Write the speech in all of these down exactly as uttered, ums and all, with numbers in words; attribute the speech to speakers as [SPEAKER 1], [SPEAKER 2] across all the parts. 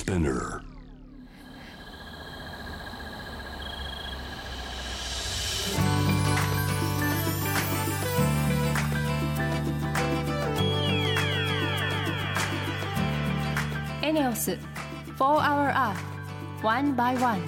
[SPEAKER 1] Spinner.
[SPEAKER 2] エネオス For Our Earth One by One。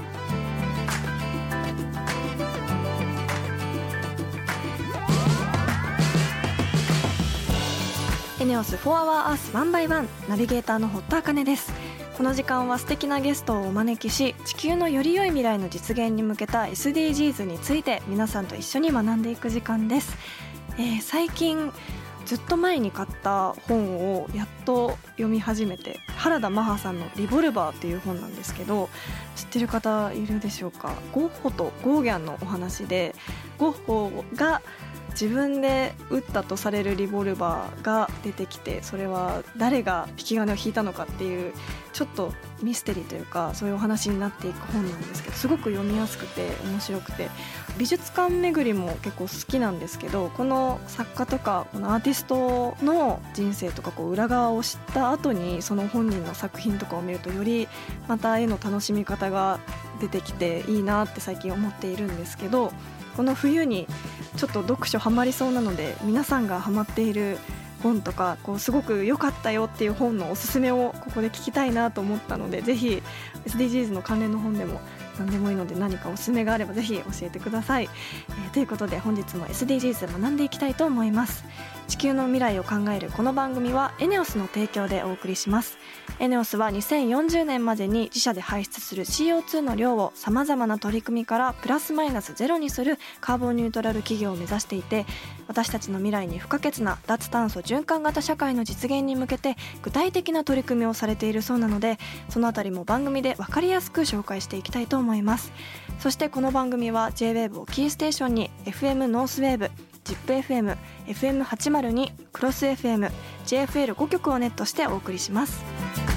[SPEAKER 3] エネオス For Our Earth One by One ナビゲーターの堀田茜です。この時間は素敵なゲストをお招きし、地球のより良い未来の実現に向けた エスディージーズ について皆さんと一緒に学んでいく時間です。えー、最近ずっと前に買った本をやっと読み始めて、原田マハさんのリボルバーっていう本なんですけど、知ってる方いるでしょうか。ゴッホとゴーギャンのお話で、ゴッホが自分で撃ったとされるリボルバーが出てきて、それは誰が引き金を引いたのかっていうちょっとミステリーというか、そういうお話になっていく本なんですけど、すごく読みやすくて面白くて、美術館巡りも結構好きなんですけど、この作家とかこのアーティストの人生とかこう裏側を知った後にその本人の作品とかを見ると、よりまた絵の楽しみ方が出てきていいなって最近思っているんですけど、この冬にちょっと読書ハマりそうなので、皆さんがハマっている本とか、こうすごく良かったよっていう本のおすすめをここで聞きたいなと思ったので、ぜひ エスディージーズ の関連の本でも何でもいいので、何かおすすめがあればぜひ教えてください。えー、ということで本日も エスディージーズ 学んでいきたいと思います。地球の未来を考えるこの番組はエネオスの提供でお送りします。エネオスはにせんよんじゅうねんまでに自社で排出する シーオーツー の量をさまざまな取り組みからプラスマイナスゼロにするカーボンニュートラル企業を目指していて、私たちの未来に不可欠な脱炭素循環型社会の実現に向けて具体的な取り組みをされているそうなので、そのあたりも番組で分かりやすく紹介していきたいと思います。そしてこの番組は ジェイウェーブ をキーステーションに エフエム ノースウェーブ、ジップエフエム、エフエムはちまるに、クロス エフエム、ジェイエフエルご 曲をネットしてお送りします。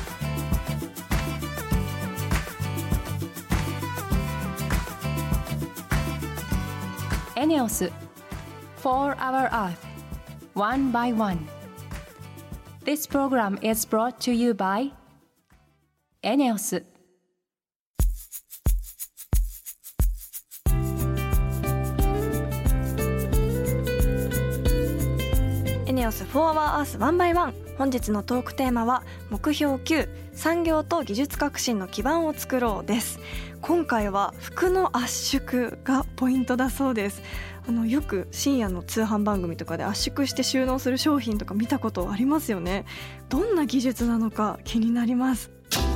[SPEAKER 2] エネオス For Our Earth One by One。 This program is brought to you by エネオス。
[SPEAKER 3] エネオス For Our Earth One by One。 本日のトークテーマは目標きゅう、産業と技術革新の基盤を作ろうです。今回は服の圧縮がポイントだそうです。あのよく深夜の通販番組とかで圧縮して収納する商品とか見たことありますよね。どんな技術なのか気になります。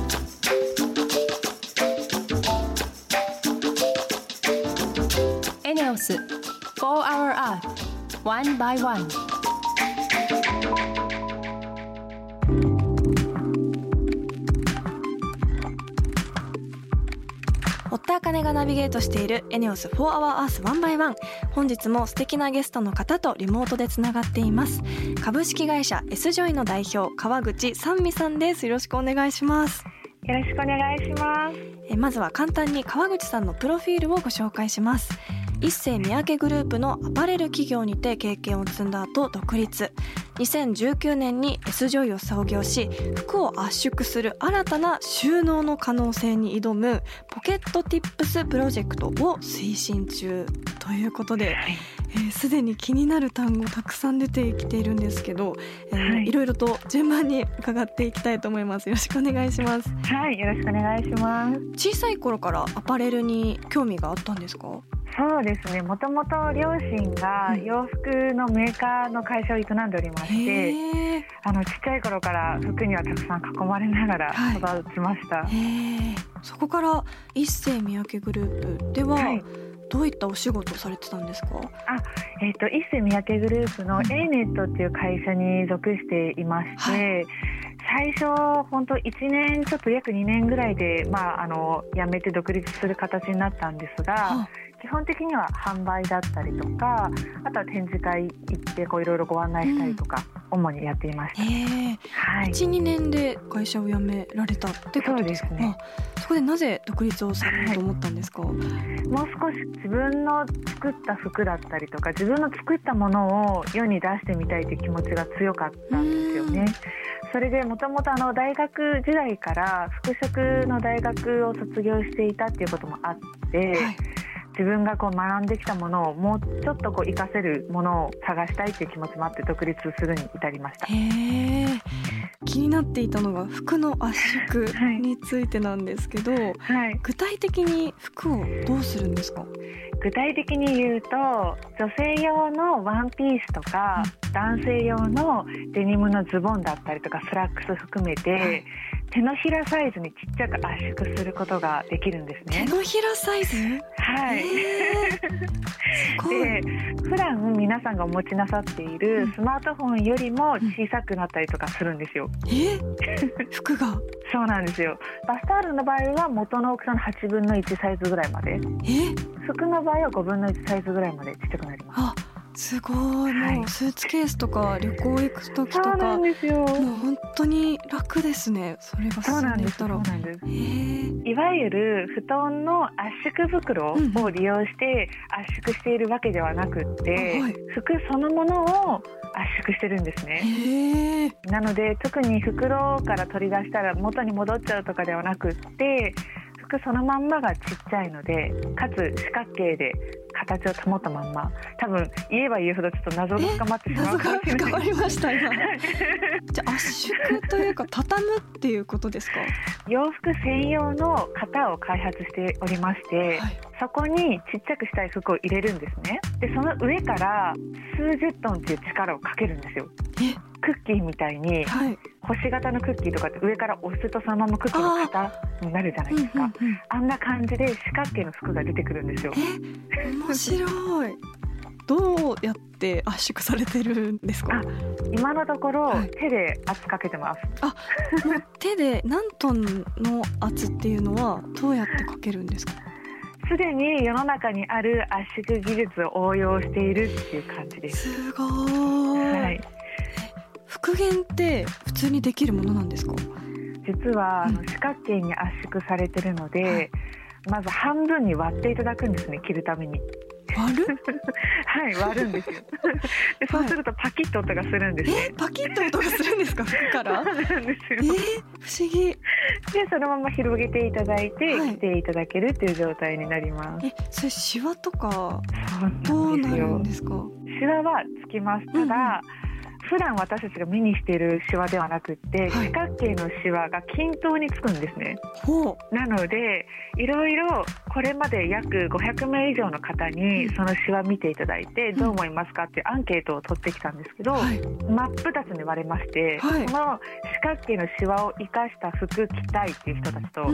[SPEAKER 2] エネオス For Our Earth One by One。
[SPEAKER 3] 堀田茜がナビゲートしているエネオス For Our Earth One by One。 本日も素敵なゲストの方とリモートでつながっています。株式会社 エスジョイ の代表、川口三美さんです。よろしくお願いします。
[SPEAKER 4] よろしくお願いします。
[SPEAKER 3] えまずは簡単に川口さんのプロフィールをご紹介します。一世三宅グループのアパレル企業にて経験を積んだ後独立、にせんじゅうきゅうねんに エスジョイ を創業し、服を圧縮する新たな収納の可能性に挑むポケットティップスプロジェクトを推進中ということで、すで、えー、に気になる単語たくさん出てきているんですけど、えーはい、いろいろと順番に伺っていきたいと思います。よろしくお願いします。
[SPEAKER 4] はい、よろしくお願いします。
[SPEAKER 3] 小さい頃からアパレルに興味があったんですか？
[SPEAKER 4] そうですね、もともと両親が洋服のメーカーの会社を営んでおりまして、うん、あのちっちゃい頃から服にはたくさん囲まれながら育ちました。はい、
[SPEAKER 3] へそこから一世三宅グループでは、はい、どういったお仕事をされてたんですか？
[SPEAKER 4] あ、えーと、一世三宅グループの エーネット っていう会社に属していまして、はい、最初本当いちねんちょっと約にねんぐらいで、まあ、あの辞めて独立する形になったんですが、はあ、基本的には販売だったりとか、あとは展示会行ってこういろいろご案内したりとか、うん、主にやっていました。
[SPEAKER 3] へ、はい、いち、にねんで会社を辞められたってことですか？そうですね。そこでなぜ独立をされようと思ったんですか？はい、もう
[SPEAKER 4] 少し自分の作った服だったりとか自分の作ったものを世に出してみたいという気持ちが強かったんですよね。 それでもともと大学時代から服飾の大学を卒業していたっていうこともあって、はい、自分がこう学んできたものをもうちょっとこう活かせるものを探したいっていう気持ちもあって独立するに至りました。
[SPEAKER 3] へー、気になっていたのが服の圧縮についてなんですけど、はいはい、具体的に服をどうするんですか？
[SPEAKER 4] 具体的に言うと女性用のワンピースとか、うん、男性用のデニムのズボンだったりとかスラックス含めて、はい、手のひらサイズにちっちゃく圧縮することができるんですね。
[SPEAKER 3] 手のひらサイズ？
[SPEAKER 4] はい、で普段皆さんがお持ちなさっているスマートフォンよりも小さくなったりとかするんですよ。
[SPEAKER 3] え服が？そう
[SPEAKER 4] なんですよ。バスタオルの場合は元の大きさのはちぶんのいちサイズぐらいまで、
[SPEAKER 3] え
[SPEAKER 4] 服の場合はごぶんのいちサイズぐらいまでちっちゃくなります。
[SPEAKER 3] あ、すごい。もうスーツケースとか旅行行く時とか、
[SPEAKER 4] そうなんですよ。
[SPEAKER 3] もう本当に楽ですね。それが進んでいたら。
[SPEAKER 4] そうなんです。いわゆる布団の圧縮袋を利用して圧縮しているわけではなくって、うんはい、服そのものを圧縮してるんですね。なので特に袋から取り出したら元に戻っちゃうとかではなくって、服そのまんまがちっちゃいので、かつ四角形で形を保ったまんま、多分言えば言うほどちょっと謎が深まってしまうかもしれない。
[SPEAKER 3] 謎が深まりました今じゃあ圧縮というか畳むっていうことですか？
[SPEAKER 4] 洋服専用の型を開発しておりまして、はい、そこにちっちゃくしたい服を入れるんですね。でその上から数十トンっていう力をかけるんですよ。
[SPEAKER 3] え
[SPEAKER 4] クッキーみたいに、はい、星型のクッキーとかって上から押すとそのままクッキーの型になるじゃないですか。 あ,、うんうんうん、あんな感じで四角形の服が出てくるんですよ。
[SPEAKER 3] え面白いどうやって圧縮されてるんですか？
[SPEAKER 4] 今のところ、はい、手で圧かけてます。
[SPEAKER 3] あ手で何トンの圧っていうのはどうやってかけるんですか？
[SPEAKER 4] すでに世の中にある圧縮技術を応用しているっていう感じです。
[SPEAKER 3] すごーい、はい、復元って普通にできるものなんですか？
[SPEAKER 4] 実は、うん、あの四角形に圧縮されてるので、はい、まず半分に割っていただくんですね。切るために
[SPEAKER 3] 割る
[SPEAKER 4] はい割るんですよでそうするとパキッと音がするんですね。
[SPEAKER 3] えパキッと音がするんですか？服から
[SPEAKER 4] そうなんですよ。
[SPEAKER 3] えー、不思議。
[SPEAKER 4] でそのまま広げていただいて、はい、着ていただけるっていう状態になります。
[SPEAKER 3] えそれシワとかどうなるんですか？
[SPEAKER 4] シワはつきます。ただ、うんうん普段私たちが目にしているシワではなくって、はい、四角形のシワが均等につくんですね。
[SPEAKER 3] ほう。
[SPEAKER 4] なのでいろいろこれまで約ごひゃくめい以上の方にそのシワ見ていただいて、うん、どう思いますかっていうアンケートを取ってきたんですけど、はい、真っ二つに割れまして、はい、その四角形のシワを生かした服着たいっていう人たちと、うんうん、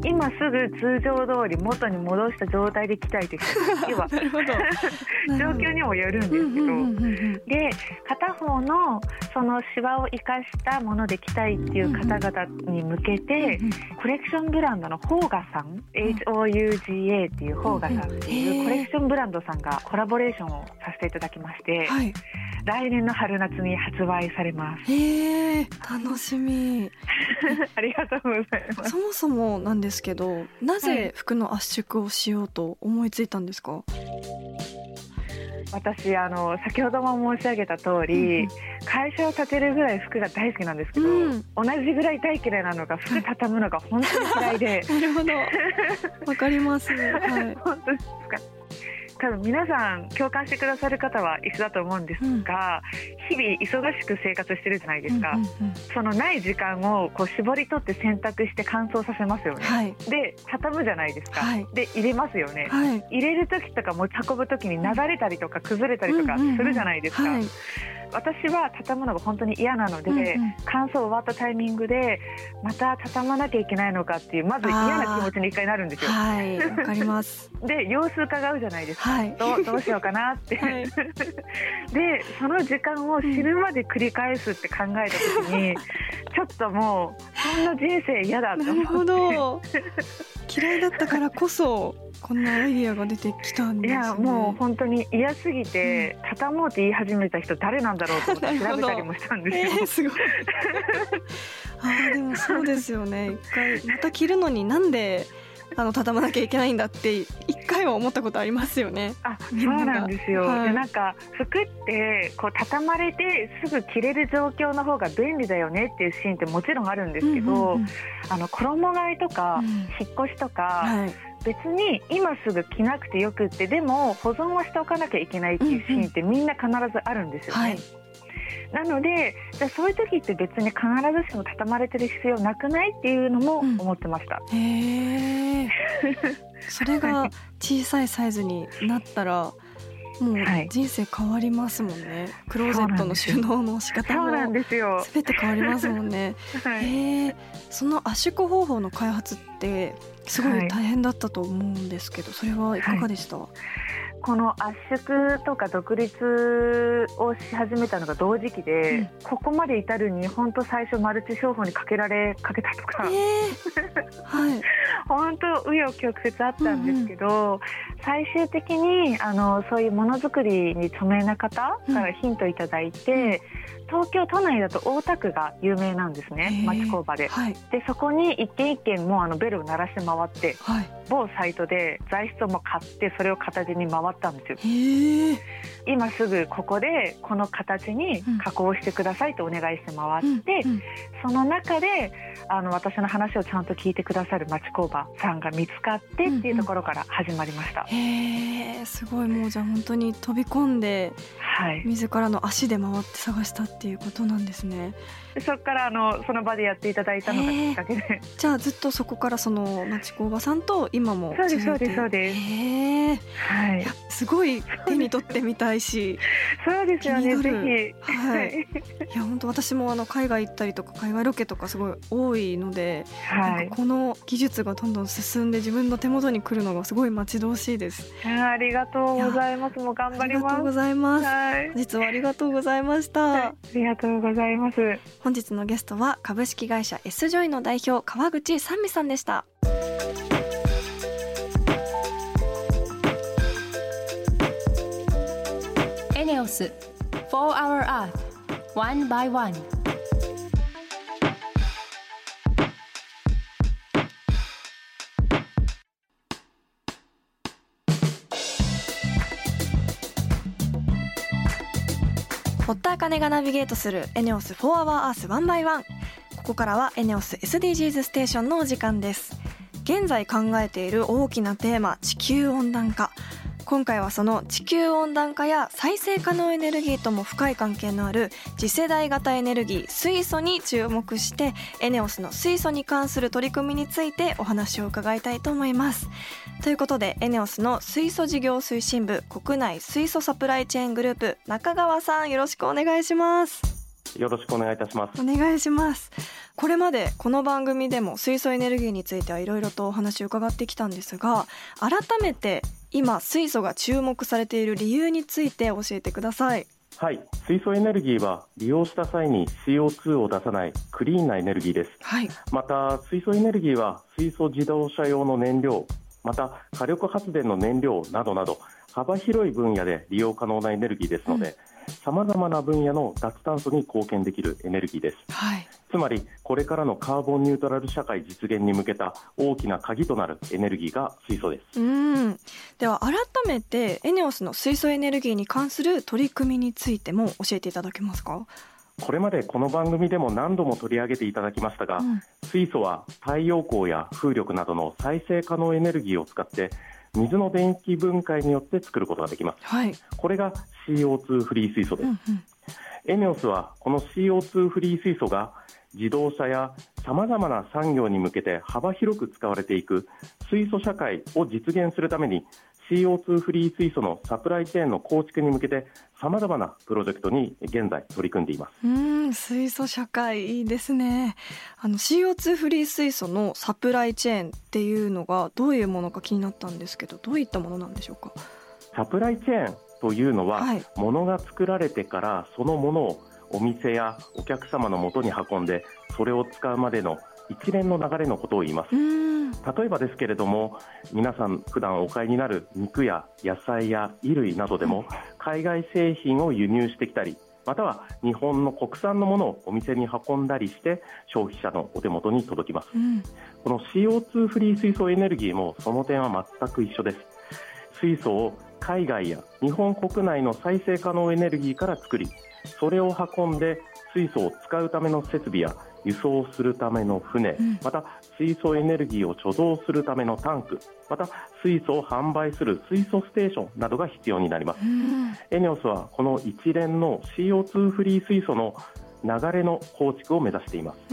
[SPEAKER 4] 今すぐ通常通り元に戻した状態で着たいという人たちは状況にもよるんですけど、うんうんうんうん、で片方のそのシワを生かしたもので着たいっていう方々に向けて、うんうん、コレクションブランドのホーガさん、うん、エイチオーユージーエー っていうホーガさんっていうコレクションブランドさんがコラボレーションをさせていただきまして、はい、来年の春夏に発売されます。
[SPEAKER 3] へー楽しみ
[SPEAKER 4] ありがとうございます。
[SPEAKER 3] そもそもなんですけど、なぜ服の圧縮をしようと思いついたんですか？
[SPEAKER 4] 私あの先ほども申し上げた通り、うん、会社を建てるぐらい服が大好きなんですけど、うん、同じぐらい大嫌いなのが服畳むのが本当に嫌いで
[SPEAKER 3] なるほどわかります、はい、
[SPEAKER 4] 本当ですか？多分皆さん共感してくださる方は一緒だと思うんですが、うん、日々忙しく生活してるじゃないですか、うんうんうん、そのない時間をこう絞り取って洗濯して乾燥させますよね、はい、で畳むじゃないですか、はい、で入れますよね、はい、入れる時とか持ち運ぶ時に流れたりとか崩れたりとかするじゃないですか、うんうんうんはい、私は畳むのが本当に嫌なので、うんうん、乾燥終わったタイミングでまた畳まなきゃいけないのかっていうまず嫌な気持ちに一回なるんですよ。
[SPEAKER 3] はい、わかりますで
[SPEAKER 4] 様子伺うじゃないですか、はい、ど, うどうしようかなって、はい、でその時間を死ぬまで繰り返すって考えた時にちょっともうそんな人生嫌だと思って。なるほど
[SPEAKER 3] 嫌いだったからこそこんなアイディアが出てきたんですね。
[SPEAKER 4] いやもう本当に嫌すぎて、うん、畳もうって言い始めた人誰なんだろうと思って調べたりもしたんですよ。
[SPEAKER 3] えー、すごいあでもそうですよね。一回また着るのになんであの畳まなきゃいけないんだって一回は思ったことありますよね。
[SPEAKER 4] あ、そうなんですよ、はい、でなんか服ってこう畳まれてすぐ着れる状況の方が便利だよねっていうシーンってもちろんあるんですけど、うんうんうん、あの衣替えとか、うん、引っ越しとか、はい、別に今すぐ着なくてよくってでも保存はしておかなきゃいけないっていうシーンってみんな必ずあるんですよね、うんうん、はい、なのでじゃあそういう時って別に必ずしも畳まれてる必要なくないっていうのも思ってました、
[SPEAKER 3] うん、へーそれが小さいサイズになったらもう人生変わりますもんね、はい、クローゼットの収納の仕方も全て変わりますもんね、はい、へーその圧縮方法の開発ってすごい大変だったと思うんですけど、はい、それはいかがでした？はい、
[SPEAKER 4] この圧縮とか独立をし始めたのが同時期で、うん、ここまで至るに本当最初マルチ商法にかけられかけたとか、えーはい、本当紆余曲折あったんですけど、うんうん、最終的にあのそういうものづくりに著名な方からヒントいただいて、うん、東京都内だと大田区が有名なんですね、町工場で、はい、でそこに一軒一軒もうあのベルを鳴らして回って、はい、某サイトで材質をも買ってそれを形に回ったんですよ。へー今すぐここでこの形に加工してくださいとお願いして回って、うんうん、その中であの私の話をちゃんと聞いてくださる町工場さんが見つかってっていうところから始まりました、
[SPEAKER 3] うんうん、へーすごいもうじゃあ本当に飛び込んで、はい、自らの足で回って探したっていうことなんですね。
[SPEAKER 4] そこからあのその場でやっていただいたのがきっかけで、
[SPEAKER 3] じゃあずっとそこからその町工場さんと今も
[SPEAKER 4] 続いてそうですそうですそうですへー、
[SPEAKER 3] はい、いやすごい手に取ってみたいし
[SPEAKER 4] そうですよねぜ
[SPEAKER 3] ひ、はい、いや本当私もあの海外行ったりとか海外ロケとかすごい多いので、はい、なんかこの技術がどんどん進んで自分の手元に来るのがすごい待ち遠しいです。
[SPEAKER 4] ありがとうございます。もう頑張ります。
[SPEAKER 3] ありがとうございます、
[SPEAKER 4] はい、
[SPEAKER 3] 実はありがとうございました、はい、あ
[SPEAKER 4] りがとうございます。
[SPEAKER 3] 本日のゲストは株式会社 S ジョイの代表川口三美さんでした。
[SPEAKER 2] エネオス For Our Earth One by One。
[SPEAKER 3] 堀田茜がナビゲートするエネオス For Our Earth One by One。ここからはエネオス エスディージーズ ステーションのお時間です。現在考えている大きなテーマ、地球温暖化。今回はその地球温暖化や再生可能エネルギーとも深い関係のある次世代型エネルギー水素に注目してエネオスの水素に関する取り組みについてお話を伺いたいと思います。ということでエネオスの水素事業推進部国内水素サプライチェーングループ中川さんよろしくお願いします。
[SPEAKER 1] よろしくお願いいたします。
[SPEAKER 3] お願いします。これまでこの番組でも水素エネルギーについてはいろいろとお話を伺ってきたんですが、改めて今水素が注目されている理由について教えてください。
[SPEAKER 1] はい、水素エネルギーは利用した際に シーオーツー を出さないクリーンなエネルギーです、はい、また水素エネルギーは水素自動車用の燃料、また火力発電の燃料などなど幅広い分野で利用可能なエネルギーですので、さまざまな分野の脱炭素に貢献できるエネルギーです、はい、つまりこれからのカーボンニュートラル社会実現に向けた大きな鍵となるエネルギーが水素です。
[SPEAKER 3] うん、では改めてエネオスの水素エネルギーに関する取り組みについても教えていただけますか。
[SPEAKER 1] これまでこの番組でも何度も取り上げていただきましたが、うん、水素は太陽光や風力などの再生可能エネルギーを使って水の電気分解によって作ることができます、はい、これが シーオーツー フリー水素です、うんうん、エネオスはこの シーオーツー フリー水素が自動車やさまざまな産業に向けて幅広く使われていく水素社会を実現するために シーオーツー フリー水素のサプライチェーンの構築に向けてさまざまなプロジェクトに現在取り組んでいます。
[SPEAKER 3] うーん、水素社会いいですね。あの シーオーツー フリー水素のサプライチェーンっていうのがどういうものか気になったんですけど、どういったものなんでしょうか。
[SPEAKER 1] サプライチェーンというのは、はい、物が作られてからそのものをお店やお客様の元に運んでそれを使うまでの一連の流れのことを言います。例えばですけれども、皆さん普段お買いになる肉や野菜や衣類などでも海外製品を輸入してきたり、 または日本の国産のものをお店に運んだりして消費者のお手元に届きます、うん、この シーオーツー フリー水素エネルギーもその点は全く一緒です。水素を海外や日本国内の再生可能エネルギーから作り、それを運んで水素を使うための設備や輸送するための船、うん、また水素エネルギーを貯蔵するためのタンク、また水素を販売する水素ステーションなどが必要になります、うん、エネオスはこの一連の シーオーツー フリー水素の流れの構築を目指しています。
[SPEAKER 3] うん、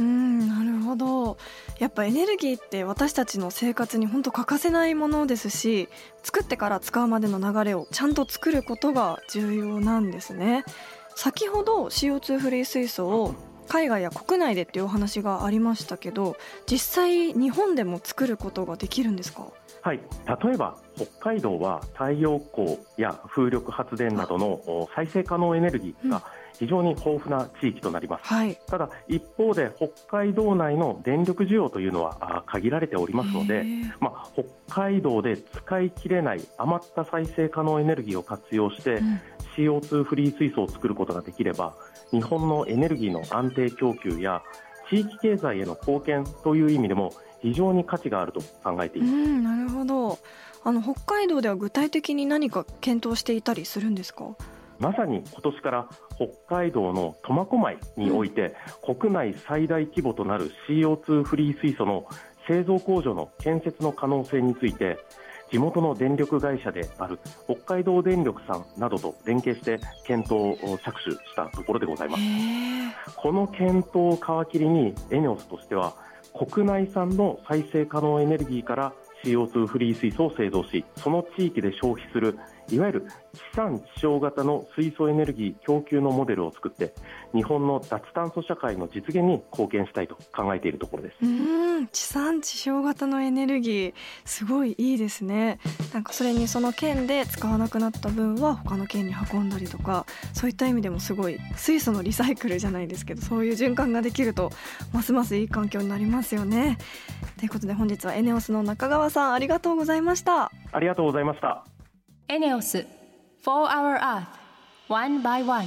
[SPEAKER 3] なるほど。やっぱエネルギーって私たちの生活に本当欠かせないものですし、作ってから使うまでの流れをちゃんと作ることが重要なんですね。先ほど シーオーツー フリー水素を海外や国内でっていうお話がありましたけど、実際日本でも作ることができるんですか？
[SPEAKER 1] はい、例えば北海道は太陽光や風力発電などの再生可能エネルギーが非常に豊富な地域となります、はい、ただ一方で北海道内の電力需要というのは限られておりますので、まあ、北海道で使い切れない余った再生可能エネルギーを活用して、うん、シーオーツー フリー水素を作ることができれば日本のエネルギーの安定供給や地域経済への貢献という意味でも非常に価値があると考えています。
[SPEAKER 3] うん、なるほど。あの北海道では具体的に何か検討していたりするんですか？
[SPEAKER 1] まさに今年から北海道の苫小牧において、うん、国内最大規模となる シーオーツー フリー水素の製造工場の建設の可能性について地元の電力会社である北海道電力さんなどと連携して検討を着手したところでございます。この検討を皮切りにエネオスとしては国内産の再生可能エネルギーから シーオーツー フリー水素を製造し、その地域で消費するいわゆる地産地消型の水素エネルギー供給のモデルを作って日本の脱炭素社会の実現に貢献したいと考えているところです。
[SPEAKER 3] うーん、地産地消型のエネルギーすごいいいですね。なんかそれにその県で使わなくなった分は他の県に運んだりとか、そういった意味でもすごい水素のリサイクルじゃないですけど、そういう循環ができるとますますいい環境になりますよね。ということで本日はエネオスの中川さんありがとうございました。
[SPEAKER 1] ありがとうございました。
[SPEAKER 2] エネオス For Our Earth One by One。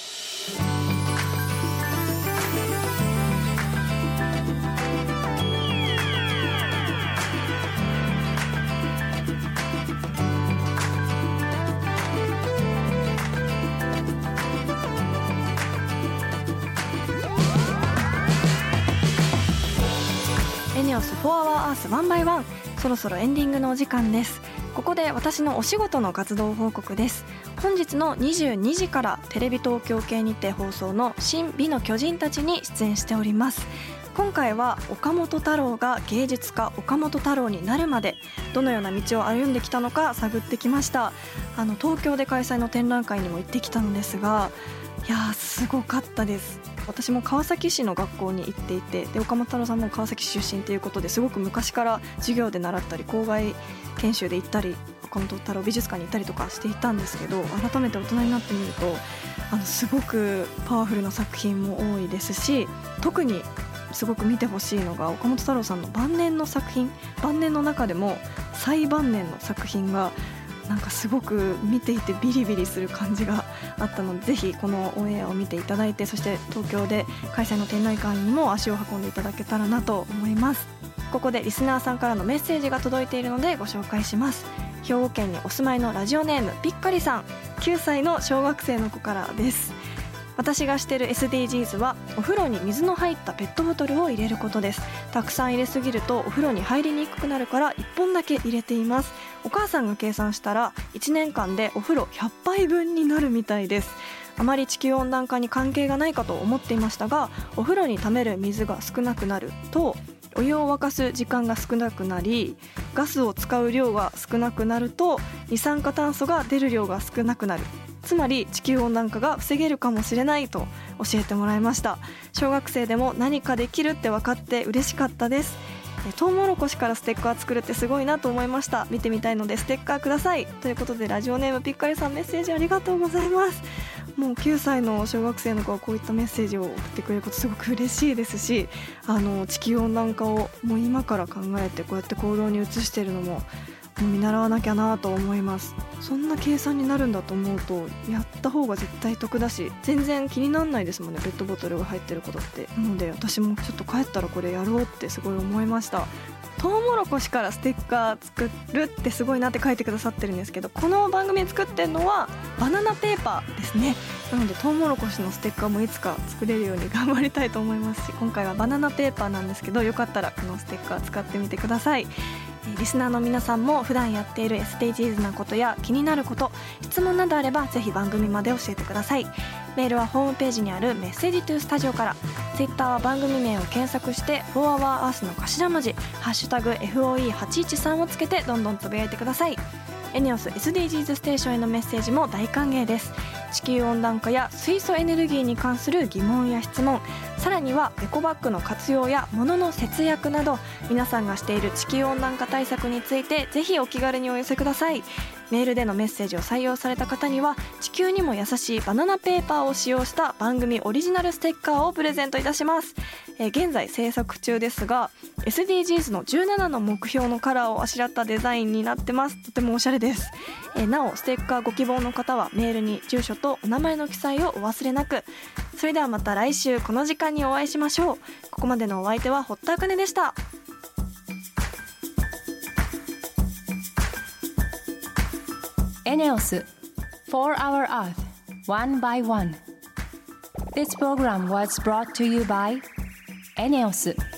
[SPEAKER 3] エネオス For Our Earth One by One、 そろそろエンディングのお時間です。ここで私のお仕事の活動報告です。本日のにじゅうにじからテレビ東京系にて放送の新美の巨人たちに出演しております。今回は岡本太郎が芸術家岡本太郎になるまでどのような道を歩んできたのか探ってきました。あの東京で開催の展覧会にも行ってきたのですが、いやーすごかったです。私も川崎市の学校に行っていて、で岡本太郎さんも川崎市出身ということですごく昔から授業で習ったり校外研修で行ったり岡本太郎美術館に行ったりとかしていたんですけど、改めて大人になってみるとあのすごくパワフルな作品も多いですし、特にすごく見てほしいのが岡本太郎さんの晩年の作品、晩年の中でも最晩年の作品がなんかすごく見ていてビリビリする感じがあったので、ぜひこのオンエアを見ていただいて、そして東京で開催の展覧会にも足を運んでいただけたらなと思います。ここでリスナーさんからのメッセージが届いているのでご紹介します。兵庫県にお住まいのラジオネームぴっかりさん、きゅうさいの小学生の子からです。私がしている エスディージーズ はお風呂に水の入ったペットボトルを入れることです。たくさん入れすぎるとお風呂に入りにくくなるからいっぽんだけ入れています。お母さんが計算したらいちねんかんでお風呂ひゃっぱいぶんになるみたいです。あまり地球温暖化に関係がないかと思っていましたが、お風呂に溜める水が少なくなるとお湯を沸かす時間が少なくなり、ガスを使う量が少なくなると二酸化炭素が出る量が少なくなる、つまり地球温暖化が防げるかもしれないと教えてもらいました。小学生でも何かできるって分かって嬉しかったです。トウモロコシからステッカー作るってすごいなと思いました。見てみたいのでステッカーください。ということでラジオネームぴっかりさん、メッセージありがとうございます。もうきゅうさいの小学生の子はこういったメッセージを送ってくれることすごく嬉しいですし、あの地球温暖化をもう今から考えてこうやって行動に移しているのも見習わなきゃなと思います。そんな計算になるんだと思うとやった方が絶対得だし、全然気にならないですもんね、ペットボトルが入ってることって。なので私もちょっと帰ったらこれやろうってすごい思いました。トウモロコシからステッカー作るってすごいなって書いてくださってるんですけど、この番組作ってるのはバナナペーパーですね。なのでトウモロコシのステッカーもいつか作れるように頑張りたいと思いますし、今回はバナナペーパーなんですけど、よかったらこのステッカー使ってみてください。リスナーの皆さんも普段やっている エスディージーズ なことや気になること、質問などあればぜひ番組まで教えてください。メールはホームページにあるメッセージトゥースタジオから、ツイッターは番組名を検索してフォーアワーアースの頭文字ハッシュタグ エフオーイーはちいちさん をつけてどんどんつぶやいてください。エネオス エスディージーズ ステーションへのメッセージも大歓迎です。地球温暖化や水素エネルギーに関する疑問や質問、さらにはエコバッグの活用や物の節約など、皆さんがしている地球温暖化対策についてぜひお気軽にお寄せください。メールでのメッセージを採用された方には地球にも優しいバナナペーパーを使用した番組オリジナルステッカーをプレゼントいたします。えー、現在制作中ですが エスディージーズ のじゅうななの目標のカラーをあしらったデザインになってます。とてもおしゃれです。えー、なおステッカーご希望の方はメールに住所とお名前の記載をお忘れなく。それではまた来週この時間にお会いしましょう。ここまでのお相手は堀田茜でした。
[SPEAKER 2] エネオス For Our Earth One by One. This program was brought to you by エネオス。